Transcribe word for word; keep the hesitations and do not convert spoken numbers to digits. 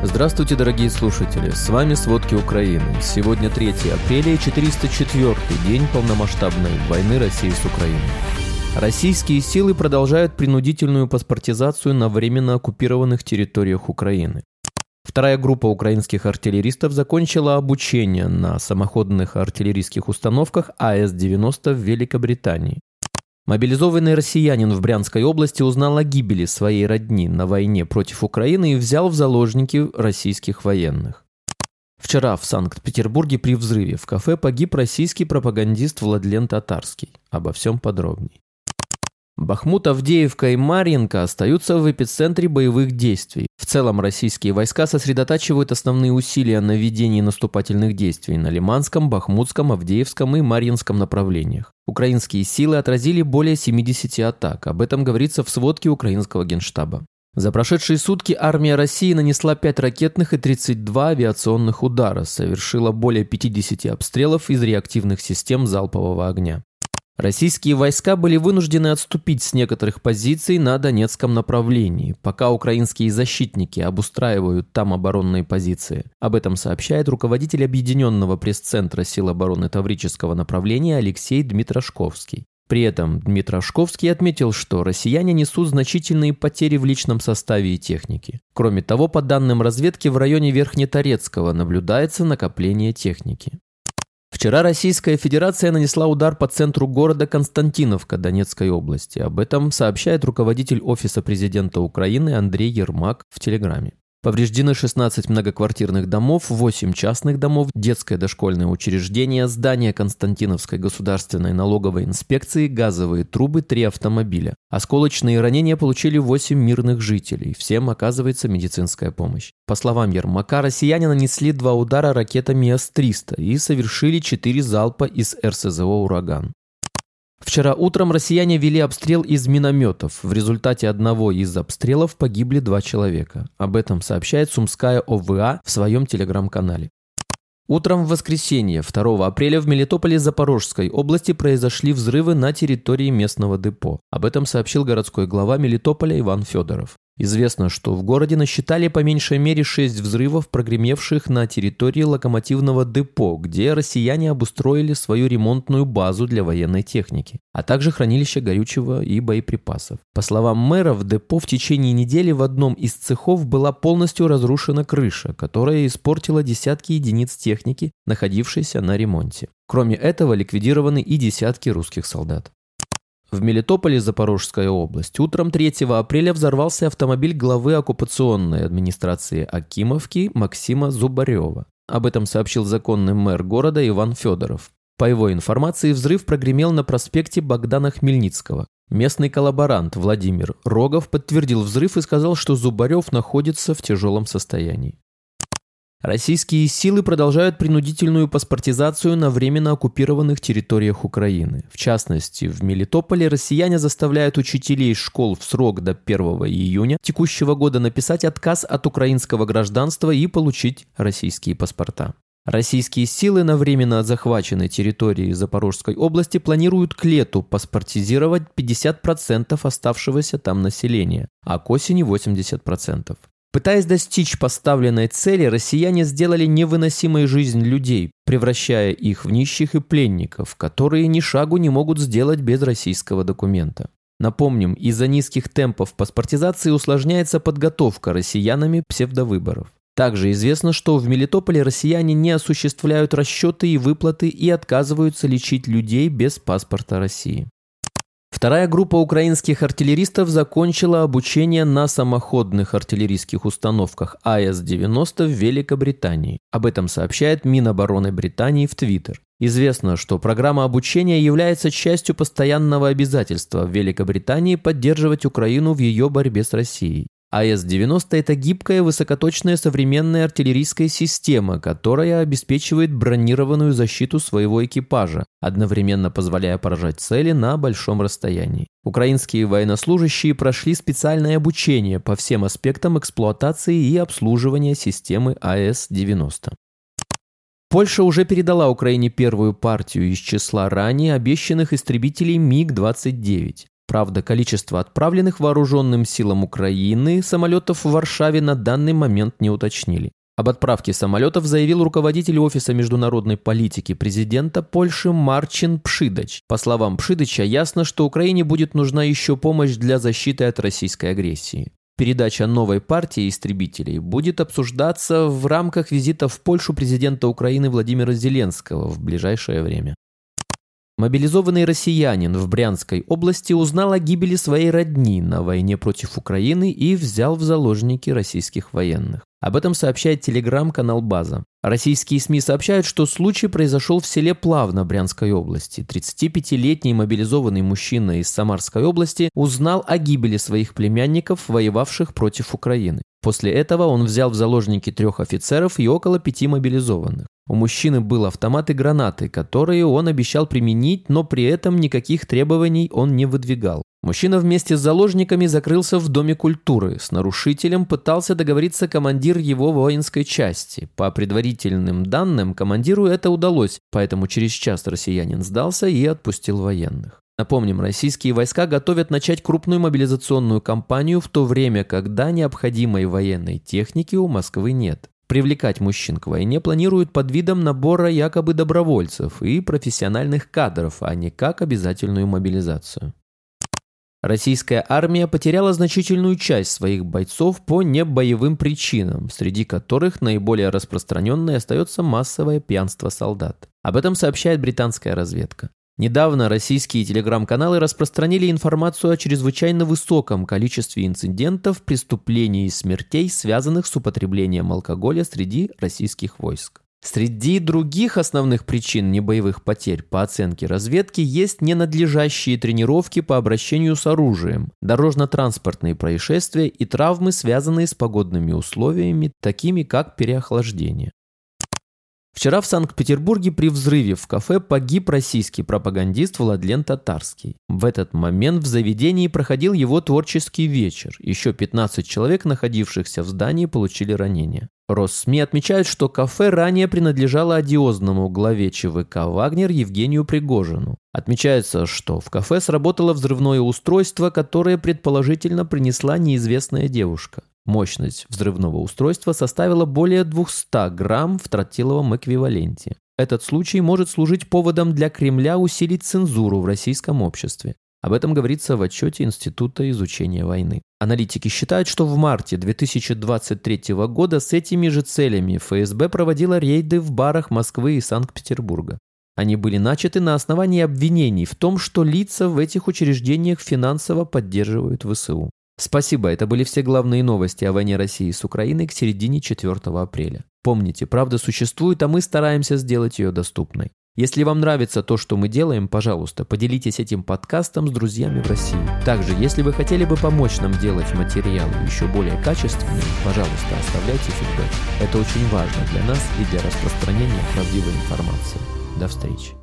Здравствуйте, дорогие слушатели! С вами «Сводки Украины». Сегодня третьего апреля и четыреста четвёртый день полномасштабной войны России с Украиной. Российские силы продолжают принудительную паспортизацию на временно оккупированных территориях Украины. Вторая группа украинских артиллеристов закончила обучение на самоходных артиллерийских установках А С девяносто в Великобритании. Мобилизованный россиянин в Брянской области узнал о гибели своей родни на войне против Украины и взял в заложники российских военных. Вчера в Санкт-Петербурге при взрыве в кафе погиб российский пропагандист Владлен Татарский. Обо всем подробней. Бахмут, Авдеевка и Марьинка остаются в эпицентре боевых действий. В целом российские войска сосредотачивают основные усилия на ведении наступательных действий на Лиманском, Бахмутском, Авдеевском и Марьинском направлениях. Украинские силы отразили более семидесяти атак. Об этом говорится в сводке украинского генштаба. За прошедшие сутки армия России нанесла пять ракетных и тридцать два авиационных удара, совершила более пятидесяти обстрелов из реактивных систем залпового огня. Российские войска были вынуждены отступить с некоторых позиций на Донецком направлении, пока украинские защитники обустраивают там оборонные позиции. Об этом сообщает руководитель Объединенного пресс-центра сил обороны Таврического направления Алексей Дмитрошковский. При этом Дмитрошковский отметил, что россияне несут значительные потери в личном составе и технике. Кроме того, по данным разведки, в районе Верхнеторецкого наблюдается накопление техники. Вчера Российская Федерация нанесла удар по центру города Константиновка Донецкой области. Об этом сообщает руководитель Офиса президента Украины Андрей Ермак в Телеграме. Повреждены шестнадцать многоквартирных домов, восемь частных домов, детское дошкольное учреждение, здание Константиновской государственной налоговой инспекции, газовые трубы, три автомобиля. Осколочные ранения получили восемь мирных жителей. Всем оказывается медицинская помощь. По словам Ермака, россияне нанесли два удара ракетами С триста и совершили четыре залпа из Р С З О «Ураган». Вчера утром россияне вели обстрел из минометов. В результате одного из обстрелов погибли два человека. Об этом сообщает Сумская О В А в своем телеграм-канале. Утром в воскресенье, второго апреля, в Мелитополе Запорожской области произошли взрывы на территории местного депо. Об этом сообщил городской глава Мелитополя Иван Федоров. Известно, что в городе насчитали по меньшей мере шесть взрывов, прогремевших на территории локомотивного депо, где россияне обустроили свою ремонтную базу для военной техники, а также хранилище горючего и боеприпасов. По словам мэра, в депо в течение недели в одном из цехов была полностью разрушена крыша, которая испортила десятки единиц техники, находившейся на ремонте. Кроме этого, ликвидированы и десятки русских солдат. В Мелитополе, Запорожская область, утром третьего апреля взорвался автомобиль главы оккупационной администрации Акимовки Максима Зубарева. Об этом сообщил законный мэр города Иван Федоров. По его информации, взрыв прогремел на проспекте Богдана Хмельницкого. Местный коллаборант Владимир Рогов подтвердил взрыв и сказал, что Зубарев находится в тяжелом состоянии. Российские силы продолжают принудительную паспортизацию на временно оккупированных территориях Украины. В частности, в Мелитополе россияне заставляют учителей школ в срок до первого июня текущего года написать отказ от украинского гражданства и получить российские паспорта. Российские силы на временно захваченной территории Запорожской области планируют к лету паспортизировать пятьдесят процентов оставшегося там населения, а к осени восемьдесят процентов. Пытаясь достичь поставленной цели, россияне сделали невыносимой жизнь людей, превращая их в нищих и пленников, которые ни шагу не могут сделать без российского документа. Напомним, из-за низких темпов паспортизации усложняется подготовка россиянами псевдовыборов. Также известно, что в Мелитополе россияне не осуществляют расчеты и выплаты и отказываются лечить людей без паспорта России. Вторая группа украинских артиллеристов закончила обучение на самоходных артиллерийских установках А С девяносто в Великобритании. Об этом сообщает Минобороны Британии в Твиттер. Известно, что программа обучения является частью постоянного обязательства в Великобритании поддерживать Украину в ее борьбе с Россией. А С девяносто – это гибкая, высокоточная современная артиллерийская система, которая обеспечивает бронированную защиту своего экипажа, одновременно позволяя поражать цели на большом расстоянии. Украинские военнослужащие прошли специальное обучение по всем аспектам эксплуатации и обслуживания системы А С девяносто. Польша уже передала Украине первую партию из числа ранее обещанных истребителей Миг двадцать девять. Правда, количество отправленных вооруженным силам Украины самолетов в Варшаве на данный момент не уточнили. Об отправке самолетов заявил руководитель Офиса международной политики президента Польши Марчин Пшидач. По словам Пшидача, ясно, что Украине будет нужна еще помощь для защиты от российской агрессии. Передача новой партии истребителей будет обсуждаться в рамках визита в Польшу президента Украины Владимира Зеленского в ближайшее время. Мобилизованный россиянин в Брянской области узнал о гибели своей родни на войне против Украины и взял в заложники российских военных. Об этом сообщает телеграм-канал «База». Российские СМИ сообщают, что случай произошел в селе Плавно Брянской области. тридцатипятилетний мобилизованный мужчина из Самарской области узнал о гибели своих племянников, воевавших против Украины. После этого он взял в заложники трех офицеров и около пяти мобилизованных. У мужчины был автомат и гранаты, которые он обещал применить, но при этом никаких требований он не выдвигал. Мужчина вместе с заложниками закрылся в Доме культуры. С нарушителем пытался договориться командир его воинской части. По предварительным данным, командиру это удалось, поэтому через час россиянин сдался и отпустил военных. Напомним, российские войска готовят начать крупную мобилизационную кампанию, в то время, когда необходимой военной техники у Москвы нет. Привлекать мужчин к войне планируют под видом набора якобы добровольцев и профессиональных кадров, а не как обязательную мобилизацию. Российская армия потеряла значительную часть своих бойцов по небоевым причинам, среди которых наиболее распространенной остается массовое пьянство солдат. Об этом сообщает британская разведка. Недавно российские телеграм-каналы распространили информацию о чрезвычайно высоком количестве инцидентов, преступлений и смертей, связанных с употреблением алкоголя среди российских войск. Среди других основных причин небоевых потерь, по оценке разведки, есть ненадлежащие тренировки по обращению с оружием, дорожно-транспортные происшествия и травмы, связанные с погодными условиями, такими как переохлаждение. Вчера в Санкт-Петербурге при взрыве в кафе погиб российский пропагандист Владлен Татарский. В этот момент в заведении проходил его творческий вечер. Еще пятнадцать человек, находившихся в здании, получили ранения. Росс-СМИ отмечают, что кафе ранее принадлежало одиозному главе ЧВК «Вагнер» Евгению Пригожину. Отмечается, что в кафе сработало взрывное устройство, которое предположительно принесла неизвестная девушка. Мощность взрывного устройства составила более двухсот грамм в тротиловом эквиваленте. Этот случай может служить поводом для Кремля усилить цензуру в российском обществе. Об этом говорится в отчете Института изучения войны. Аналитики считают, что в марте две тысячи двадцать третьего года с этими же целями эф эс бэ проводила рейды в барах Москвы и Санкт-Петербурга. Они были начаты на основании обвинений в том, что лица в этих учреждениях финансово поддерживают вэ эс у. Спасибо, это были все главные новости о войне России с Украиной к середине четвёртого апреля. Помните, правда существует, а мы стараемся сделать ее доступной. Если вам нравится то, что мы делаем, пожалуйста, поделитесь этим подкастом с друзьями в России. Также, если вы хотели бы помочь нам делать материалы еще более качественными, пожалуйста, оставляйте фидбэк. Это очень важно для нас и для распространения правдивой информации. До встречи.